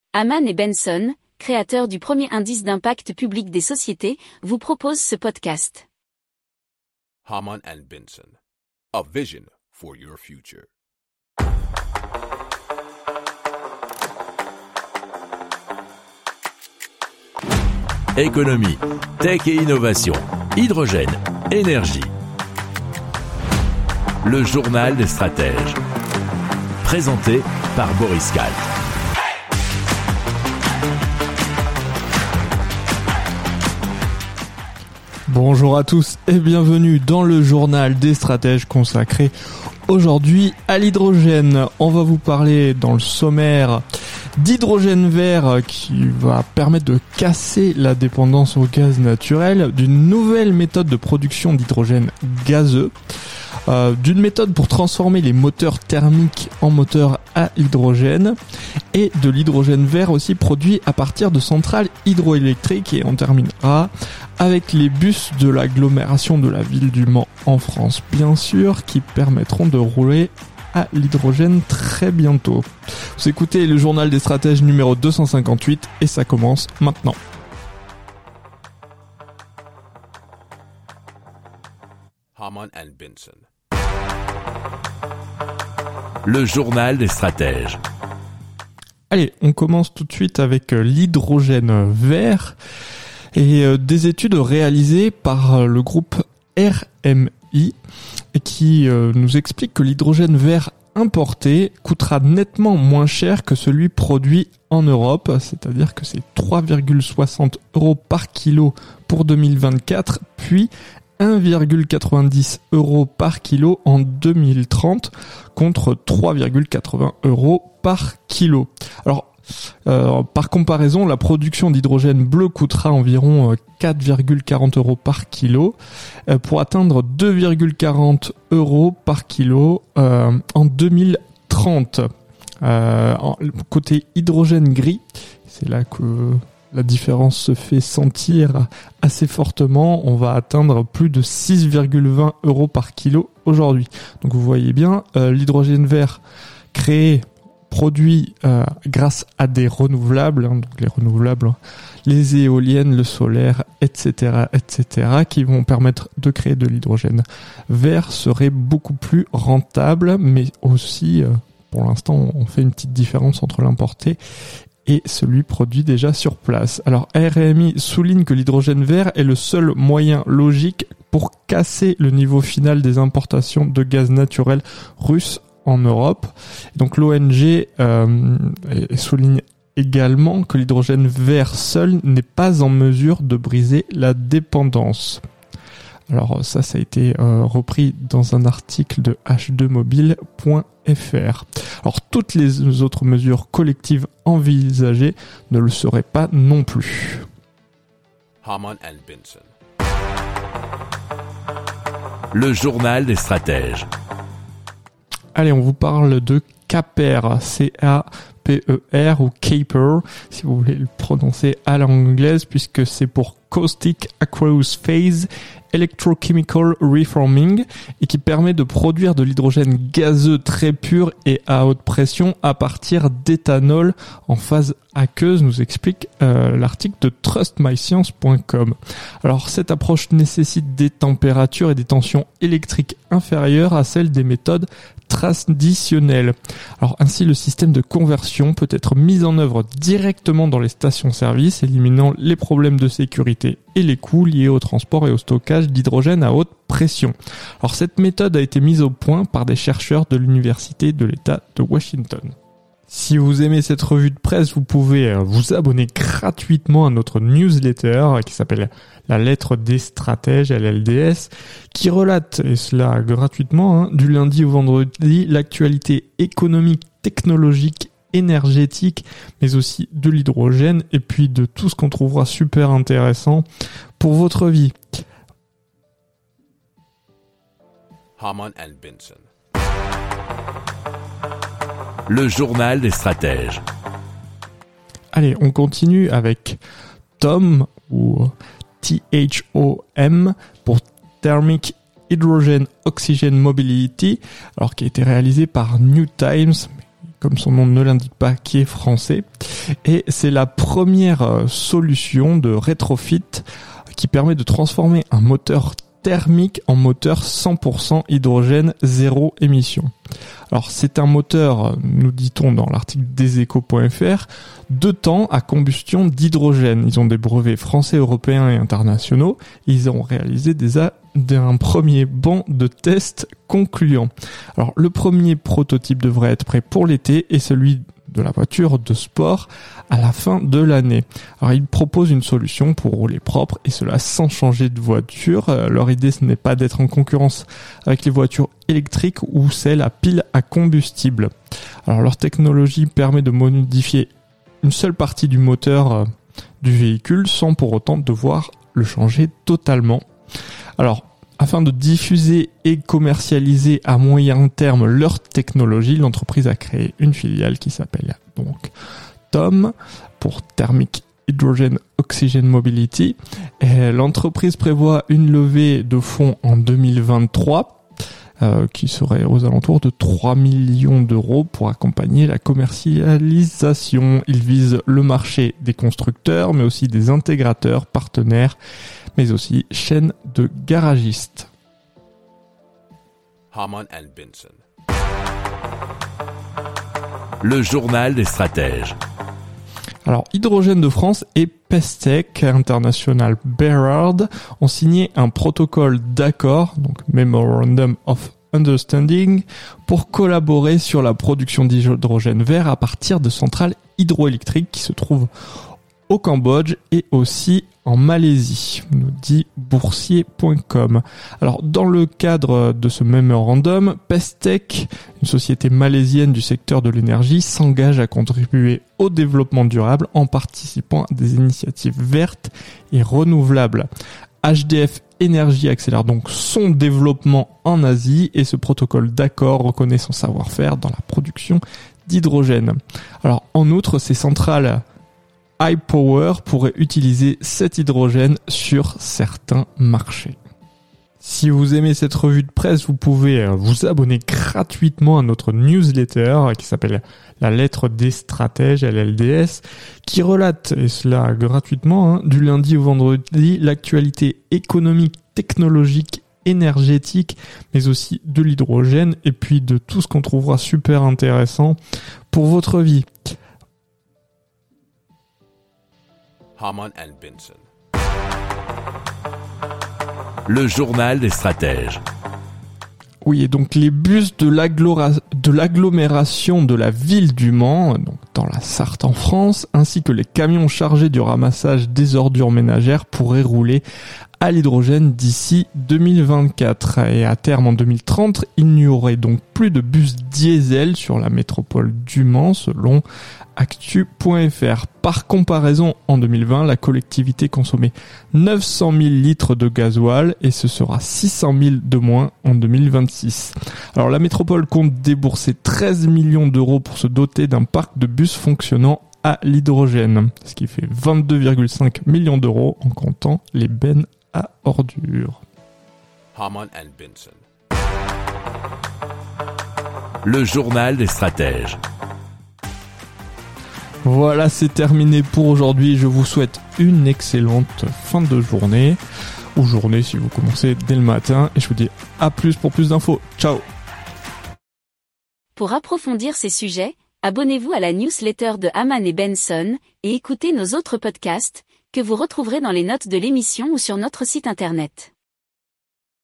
Hamann et Benson, créateurs du premier indice d'impact public des sociétés, vous proposent ce podcast. Hamann and Benson, a vision for your future. Économie, tech et innovation, hydrogène, énergie. Le journal des stratèges. Présenté par Boris Kalt. Bonjour à tous et bienvenue dans le journal des stratèges consacré aujourd'hui à l'hydrogène. On va vous parler dans le sommaire d'hydrogène vert qui va permettre de casser la dépendance au gaz naturel, d'une nouvelle méthode de production d'hydrogène gazeux, d'une méthode pour transformer les moteurs thermiques en moteurs à hydrogène et de l'hydrogène vert aussi produit à partir de centrales hydroélectriques, et on terminera avec les bus de l'agglomération de la ville du Mans en France, bien sûr, qui permettront de rouler à l'hydrogène très bientôt. Vous écoutez le journal des stratèges numéro 258 et ça commence maintenant. Hamann and Benson. Le journal des stratèges. Allez, on commence tout de suite avec l'hydrogène vert et des études réalisées par le groupe RMI et qui nous expliquent que l'hydrogène vert importé coûtera nettement moins cher que celui produit en Europe, c'est-à-dire que c'est 3,60 € par kilo pour 2024, puis 1,90 € par kilo en 2030 contre 3,80 € par kilo. Alors, par comparaison, la production d'hydrogène bleu coûtera environ 4,40 € par kilo pour atteindre 2,40 € par kilo en 2030. Côté hydrogène gris, c'est là que la différence se fait sentir assez fortement. On va atteindre plus de 6,20 € par kilo aujourd'hui. Donc vous voyez bien, l'hydrogène vert produit grâce à des renouvelables, donc les renouvelables, les éoliennes, le solaire, etc., qui vont permettre de créer de l'hydrogène vert, serait beaucoup plus rentable, mais aussi, pour l'instant, on fait une petite différence entre l'importé et celui produit déjà sur place. Alors RMI souligne que l'hydrogène vert est le seul moyen logique pour casser le niveau final des importations de gaz naturel russe en Europe. Donc l'ONG souligne également que l'hydrogène vert seul n'est pas en mesure de briser la dépendance. Alors ça a été repris dans un article de h2mobile.fr. Alors toutes les autres mesures collectives envisagées ne le seraient pas non plus. Hamann and Benson. Le journal des stratèges. Allez, on vous parle de CAPER, C-A-P-E-R ou CAPER, si vous voulez le prononcer à l'anglaise, puisque c'est pour Caustic Aqueous Phase Electrochemical Reforming et qui permet de produire de l'hydrogène gazeux très pur et à haute pression à partir d'éthanol en phase aqueuse, nous explique l'article de trustmyscience.com. Alors cette approche nécessite des températures et des tensions électriques inférieures à celles des méthodes traditionnelles. Alors ainsi le système de conversion peut être mis en œuvre directement dans les stations-service, éliminant les problèmes de sécurité et les coûts liés au transport et au stockage d'hydrogène à haute pression. Alors cette méthode a été mise au point par des chercheurs de l'université de l'État de Washington. Si vous aimez cette revue de presse, vous pouvez vous abonner gratuitement à notre newsletter qui s'appelle La Lettre des Stratèges, LLDS, qui relate, et cela gratuitement, du lundi au vendredi, l'actualité économique, technologique, énergétique, mais aussi de l'hydrogène et puis de tout ce qu'on trouvera super intéressant pour votre vie. Hamann and Benson. Le journal des stratèges. Allez, on continue avec THOM ou THOM pour Thermic Hydrogen Oxygen Mobility, alors qui a été réalisé par New Times, comme son nom ne l'indique pas, qui est français. Et c'est la première solution de rétrofit qui permet de transformer un moteur thermique en moteur 100% hydrogène, zéro émission. Alors c'est un moteur, nous dit-on dans l'article deséchos.fr, 2 temps à combustion d'hydrogène. Ils ont des brevets français, européens et internationaux. Ils ont réalisé un premier banc de tests concluant. Alors le premier prototype devrait être prêt pour l'été et celui de la voiture de sport à la fin de l'année. Alors ils proposent une solution pour rouler propre et cela sans changer de voiture. Leur idée ce n'est pas d'être en concurrence avec les voitures électriques ou celles à pile à combustible. Alors leur technologie permet de modifier une seule partie du moteur du véhicule sans pour autant devoir le changer totalement. Alors afin de diffuser et commercialiser à moyen terme leur technologie, l'entreprise a créé une filiale qui s'appelle donc TOM pour Thermic Hydrogen Oxygen Mobility. Et l'entreprise prévoit une levée de fonds en 2023 qui serait aux alentours de 3 millions d'euros pour accompagner la commercialisation. Il vise le marché des constructeurs, mais aussi des intégrateurs, partenaires, mais aussi chaîne de garagistes. Harman & Benson. Le journal des stratèges. Alors, Hydrogène de France et Pestec International Berard ont signé un protocole d'accord, donc Memorandum of Understanding, pour collaborer sur la production d'hydrogène vert à partir de centrales hydroélectriques qui se trouvent au Cambodge et aussi en Malaisie, nous dit boursier.com. Alors, dans le cadre de ce memorandum, Pestec, une société malaisienne du secteur de l'énergie, s'engage à contribuer au développement durable en participant à des initiatives vertes et renouvelables. HDF Énergie accélère donc son développement en Asie et ce protocole d'accord reconnaît son savoir-faire dans la production d'hydrogène. Alors, en outre, ces centrales iPower pourrait utiliser cet hydrogène sur certains marchés. Si vous aimez cette revue de presse, vous pouvez vous abonner gratuitement à notre newsletter qui s'appelle La Lettre des Stratèges, LLDS, qui relate, et cela gratuitement, du lundi au vendredi, l'actualité économique, technologique, énergétique, mais aussi de l'hydrogène et puis de tout ce qu'on trouvera super intéressant pour votre vie. Harman & Benson. Le journal des stratèges. Oui, et donc les bus de l'agglomération de la ville du Mans, donc dans la Sarthe en France, ainsi que les camions chargés du ramassage des ordures ménagères pourraient rouler à l'hydrogène d'ici 2024. Et à terme, en 2030, il n'y aurait donc plus de bus diesel sur la métropole du Mans, selon actu.fr. Par comparaison, en 2020, la collectivité consommait 900 000 litres de gasoil et ce sera 600 000 de moins en 2026. Alors la métropole compte débourser 13 millions d'euros pour se doter d'un parc de bus fonctionnant à l'hydrogène, ce qui fait 22,5 millions d'euros en comptant les bennes à ordures. Harman & Benson. Le journal des stratèges. Voilà, c'est terminé pour aujourd'hui. Je vous souhaite une excellente fin de journée. Ou journée si vous commencez dès le matin. Et je vous dis à plus pour plus d'infos. Ciao. Pour approfondir ces sujets, abonnez-vous à la newsletter de Harman & Benson et écoutez nos autres podcasts que vous retrouverez dans les notes de l'émission ou sur notre site internet.